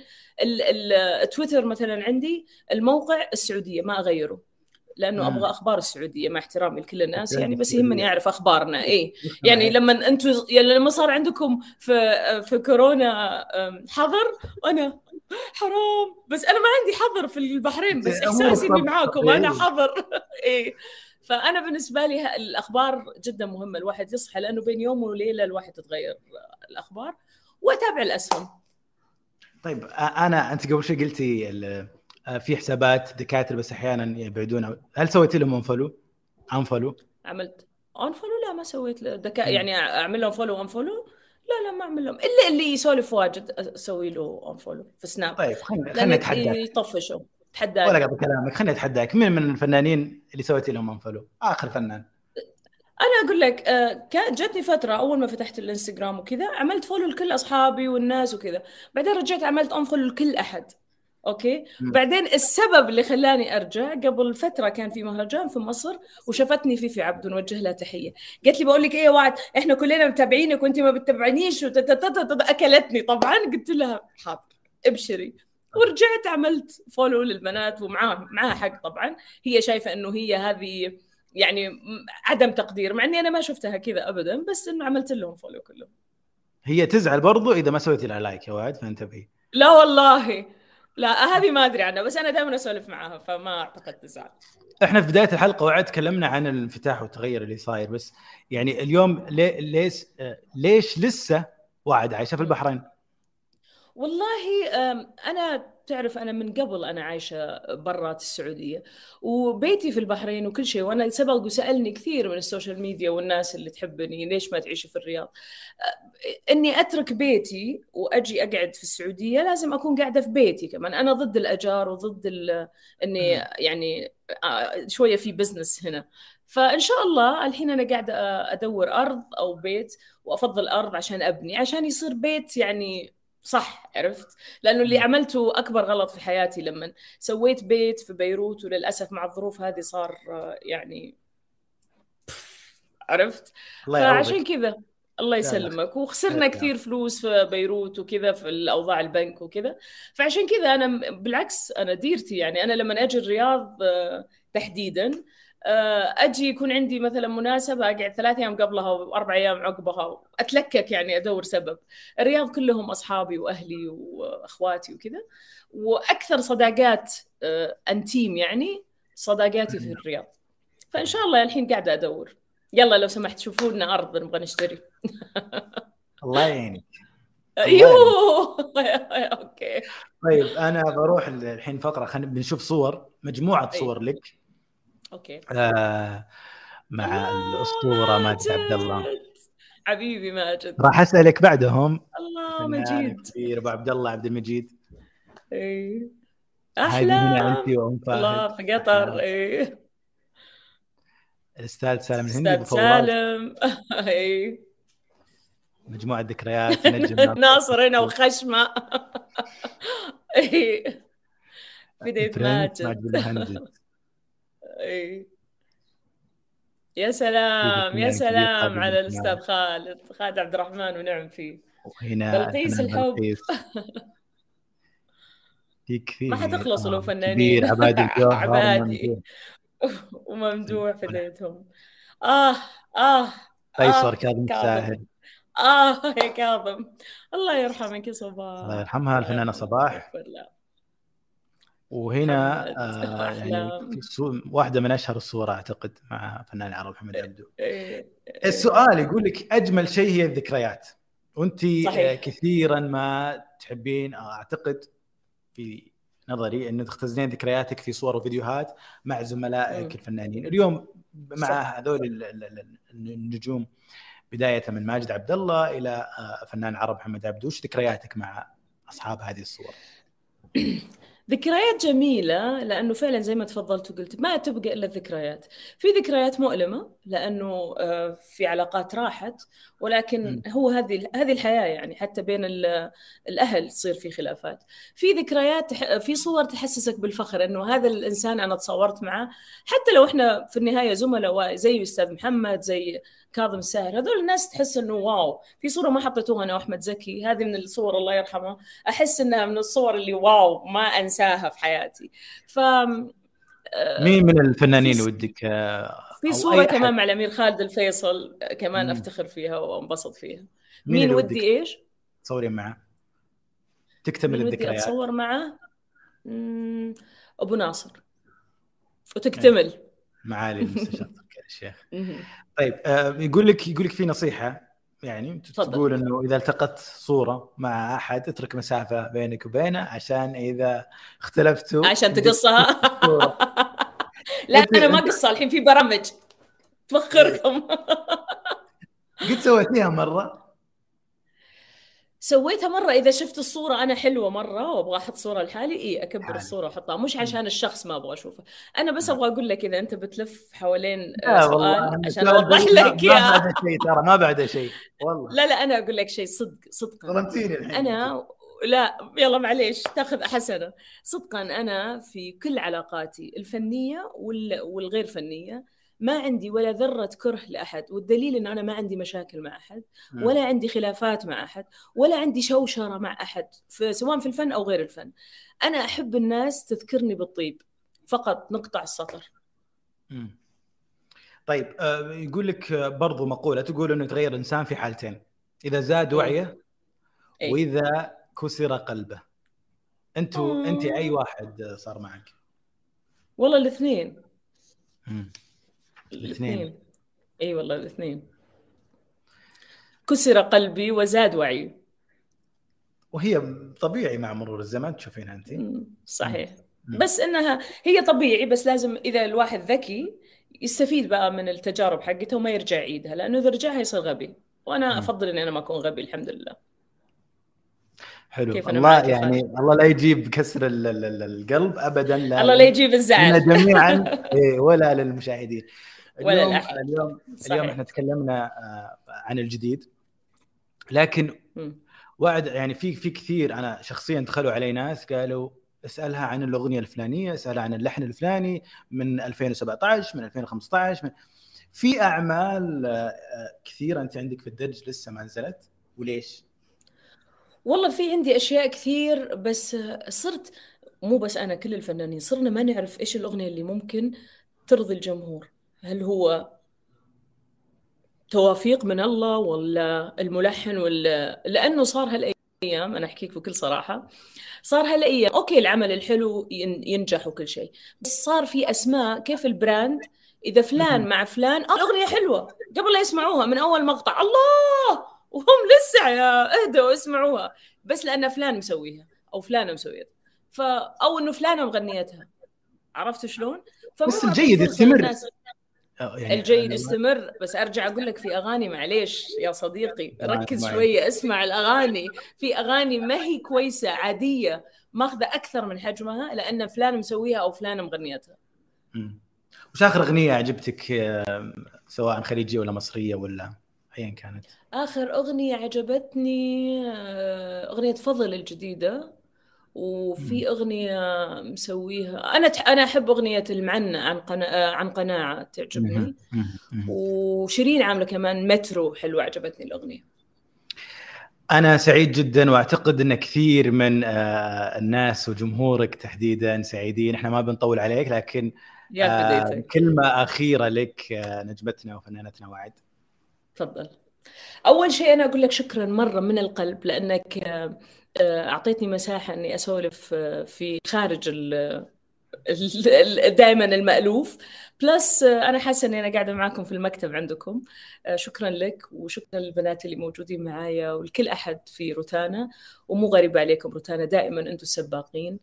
التويتر مثلا عندي الموقع السعودية ما أغيره، لأنه أبغى أخبار السعودية مع احترامي لكل الناس يعني، بس يهمني أعرف أخبارنا. إيه يعني لما أنتوا لما صار عندكم في كورونا حظر، وأنا حرام، بس أنا ما عندي حظر في البحرين، بس إحساسي إني معاكم أنا حظر. إيه، فأنا بالنسبة لي الأخبار جدا مهمة، الواحد يصحى لأنه بين يوم وليلة الواحد تتغير الأخبار، وأتابع الأسهم. طيب أنت قبل شوي قلتي في حسابات دكاترة بس أحيانا يبعدون، هل سويت لهم أنفولو؟ عملت أنفولو؟ لا ما سويت يعني أعمل لهم فولو وأنفولو؟ لا ما أعمل لهم، إلا اللي يسولف واجد أسوي له أنفولو في سناب. طيب خلينا نتحداك، يطفشوا تحداك ولا قبل كلامك خلينا نتحداك، من الفنانين اللي سويت لهم أنفولو؟ آخر فنان. أنا أقول لك جتني فترة أول ما فتحت الإنستغرام وكذا عملت فولو لكل أصحابي والناس وكذا، بعدين رجعت عملت أنفولو لكل أحد. أوكي. بعدين السبب اللي خلاني أرجع، قبل فترة كان في مهرجان في مصر وشفتني فيفي عبد، نوجه لها تحية، قالت لي بقول لك إيه يا وعد، إحنا كلنا متابعينك وأنت ما بتتابعنيش، أكلتني طبعا. قلت لها حاضر ابشري، ورجعت عملت فولو للبنات، ومعاها حق طبعا، هي شايفة إنه هي هذه يعني عدم تقدير، مع إني أنا ما شفتها كذا أبدا، بس إنه عملت لهم فولو كلهم. هي تزعل برضو إذا ما سويتي لها لايك يا وعد، فانتبهي. لا والله لا، هذه ما أدري عنها، بس أنا دائما أسولف معها فما أعتقد تزعل. إحنا في بداية الحلقة وعد تكلمنا عن الانفتاح والتغير اللي صاير، بس يعني اليوم ليش لسه وعد عايشة في البحرين؟ والله أنا تعرف أنا من قبل أنا عايشة برات السعودية، وبيتي في البحرين وكل شيء، وأنا سبق وسألني كثير من السوشيال ميديا والناس اللي تحبني ليش ما تعيشي في الرياض. إني أترك بيتي وأجي أقعد في السعودية، لازم أكون قاعدة في بيتي كمان. أنا ضد الأجار وضد إني يعني شوية في بزنس هنا، فإن شاء الله الحين أنا قاعدة أدور أرض أو بيت، وأفضل أرض عشان أبني، عشان يصير بيت يعني صح، عرفت؟ لأنه اللي عملته أكبر غلط في حياتي لما سويت بيت في بيروت، وللأسف مع الظروف هذه صار يعني عرفت؟ فعشان كذا الله يسلمك، وخسرنا كثير فلوس في بيروت وكذا في الأوضاع البنك وكذا، فعشان كذا أنا بالعكس أنا ديرتي يعني، أنا لما أجي الرياض تحديداً أجي يكون عندي مثلا مناسبة أقعد 3 أيام قبلها و4 أيام عقبها، أتلكك يعني أدور سبب. الرياض كلهم أصحابي وأهلي وأخواتي وكذا، وأكثر صداقات أنتيم يعني صداقاتي في الرياض، فإن شاء الله الحين قاعدة أدور. يلا لو سمحت شوفوا لنا أرض نبغى نشتري. الله يعينك. أوكي. طيب أنا بروح الحين فقرة، بنشوف صور، مجموعة صور لك. أوكي. مع الأسطورة ماجد عبد الله. حبيبي ماجد. راح أسألك بعدهم. الله مجيد. كبير أبو عبد الله عبد المجيد. إيه. أحلى. الله في قطر. إيه. الأستاذ سالم الهندي. أستاذ سالم. إيه. مجموعة ذكريات. نجم ناصر هنا وخشمة. إيه. بداية ماجد. إيه. يا سلام يا سلام على الأستاذ خالد عبد الرحمن ونعم فيه. وهنا بلقيس الحب. ما حتخلصوا لو فنانين. عبادي وممدوح فديتهم. قيصر كاظم ساهر. يا كاظم الله يرحمك يا صباح. الله يرحمها الفنانة صباح. وهنا يعني واحدة من أشهر الصور أعتقد مع فنان العرب محمد عبدو. السؤال يقول لك أجمل شيء هي الذكريات، وأنت كثيرا ما تحبين أعتقد في نظري انه تختزنين ذكرياتك في صور وفيديوهات مع زملائك الفنانين. اليوم مع هذول النجوم، بداية من ماجد عبد الله إلى فنان عرب محمد عبده، وش ذكرياتك مع أصحاب هذه الصور؟ ذكريات جميلة، لأنه فعلا زي ما تفضلت وقلت ما تبقى إلا الذكريات. في ذكريات مؤلمة لأنه في علاقات راحت، ولكن هو هذه الحياة يعني، حتى بين الأهل تصير في خلافات. في ذكريات، في صور تحسسك بالفخر إنه هذا الإنسان أنا تصورت معه، حتى لو إحنا في النهاية زملاء زي أستاذ محمد، زي كاظم الساهر، هذول الناس تحس إنه واو. في صورة ما حطيتوها أنا وأحمد زكي، هذه من الصور الله يرحمه، أحس إنها من الصور اللي واو ما أنساها في حياتي. مين من الفنانين ودك؟ في صورة كمان مع الأمير خالد الفيصل كمان أفتخر فيها وأنبسط فيها. مين ودي إيش؟ تصورين معه تكتمل الذكريات؟ ودي أتصور معه أبو ناصر وتكتمل. معالي المستشار الشيخ. طيب يقول لك في نصيحة يعني تقول إنه إذا التقت صورة مع أحد اترك مسافة بينك وبينه عشان إذا اختلفتوا عشان تقصها. لا أنا ما قصها، الحين في برامج توخركم. قد سويتيها مرة؟ سويتها مرة. إذا شفت الصورة أنا حلوة مرة وأبغى أحط صورة لحالي، أكبر الصورة وأحطها، مش عشان الشخص ما أبغى أشوفه أنا، بس أبغى أقول لك إذا أنت بتلف حوالين سؤال عشان أوضح لك ما بعد شيء، ترى ما بعد شيء والله. لا أنا أقول لك شيء صدقا ظلمتيني الحين. أنا لا يلا معليش تاخذ حسنة. صدقا أنا في كل علاقاتي الفنية والغير فنية ما عندي ولا ذرة كره لأحد، والدليل إنه أنا ما عندي مشاكل مع أحد ولا عندي خلافات مع أحد ولا عندي شوشرة مع أحد، سواء في الفن أو غير الفن. أنا أحب الناس تذكرني بالطيب فقط، نقطع السطر. طيب يقول لك برضو مقولة تقول إنه يتغير الإنسان في حالتين: إذا زاد وعيه وإذا كسر قلبه. أنت أي واحد صار معك؟ والله الاثنين. الاثنين. اي والله الاثنين. كسر قلبي وزاد وعي. وهي طبيعي مع مرور الزمن تشوفينها انت. صحيح. بس انها هي طبيعي، بس لازم اذا الواحد ذكي يستفيد بقى من التجارب حقته وما يرجع يعيدها، لانه اذا رجعها يصير غبي، وانا افضل اني انا ما اكون غبي الحمد لله. حلو. الله يعني الله لا يجيب كسر القلب ابدا، لا الله لا يجيب الزعل جميعا ولا للمشاهدين. اليوم احنا تكلمنا عن الجديد، لكن وعد يعني في كثير انا شخصيا دخلوا علي ناس قالوا اسالها عن الاغنيه الفلانيه، اسالها عن اللحن الفلاني من 2017 من 2015 في اعمال كثيره انت عندك في الدرج لسه ما نزلت، وليش؟ والله في عندي اشياء كثير، بس صرت مو بس انا، كل الفنانين صرنا ما نعرف ايش الاغنيه اللي ممكن ترضي الجمهور. هل هو توافيق من الله ولا الملحن ولا، لانه صار هالايام انا احكيك بكل صراحه، صار هالايام اوكي العمل الحلو ينجح وكل شيء، بس صار في اسماء كيف البراند، اذا فلان مع فلان الاغنيه حلوه قبل لا يسمعوها من اول مقطع الله وهم لسه اهدوا اسمعوها، بس لان فلان مسويها او فلانه مسويتها او انه فلانه مغنيتها، عرفت شلون؟ بس الجيد يستمر يعني الجيد يستمر. بس ارجع اقول لك في اغاني، معليش يا صديقي ركز شويه اسمع الاغاني، في اغاني ما هي كويسه عاديه ماخذه اكثر من حجمها لان فلان مسويها او فلانه مغنيتها. وش اخر اغنيه عجبتك سواء خليجيه ولا مصريه ولا ايا كانت؟ اخر اغنيه عجبتني اغنيه فضل الجديده، وفي اغنيه مسويها انا احب اغنيه المعنى عن قناعه تعجبني، وشيرين عامله كمان مترو حلوه عجبتني الاغنيه. انا سعيد جدا، واعتقد ان كثير من الناس وجمهورك تحديدا سعيدين. احنا ما بنطول عليك، لكن كلمه اخيره لك نجمتنا وفنانتنا وعد. تفضل. اول شيء انا اقول لك شكرا مره من القلب، لانك أعطيتني مساحة أني أسولف في خارج دائما المألوف. بلس أنا حاسة أني أنا قاعدة معاكم في المكتب عندكم. شكرا لك وشكرا للبنات اللي موجودين معايا ولكل أحد في روتانا، ومو غريبة عليكم روتانا، دائما أنتم السباقين.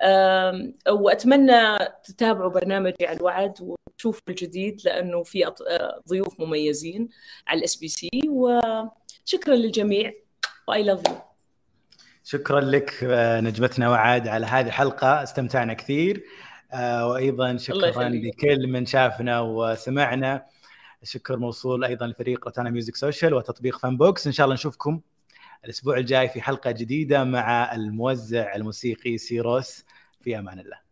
وأتمنى تتابعوا برنامجي على الوعد وتشوفوا الجديد، لأنه في ضيوف مميزين على الSBC. وشكرا للجميع I love you. شكرا لك نجمتنا وعد على هذه الحلقة، استمتعنا كثير. وأيضا شكرا لكل من شافنا وسمعنا. شكر موصول أيضا لفريق روتانا ميوزك سوشيال وتطبيق فان بوكس. إن شاء الله نشوفكم الأسبوع الجاي في حلقة جديدة مع الموزع الموسيقي سيروس. في أمان الله.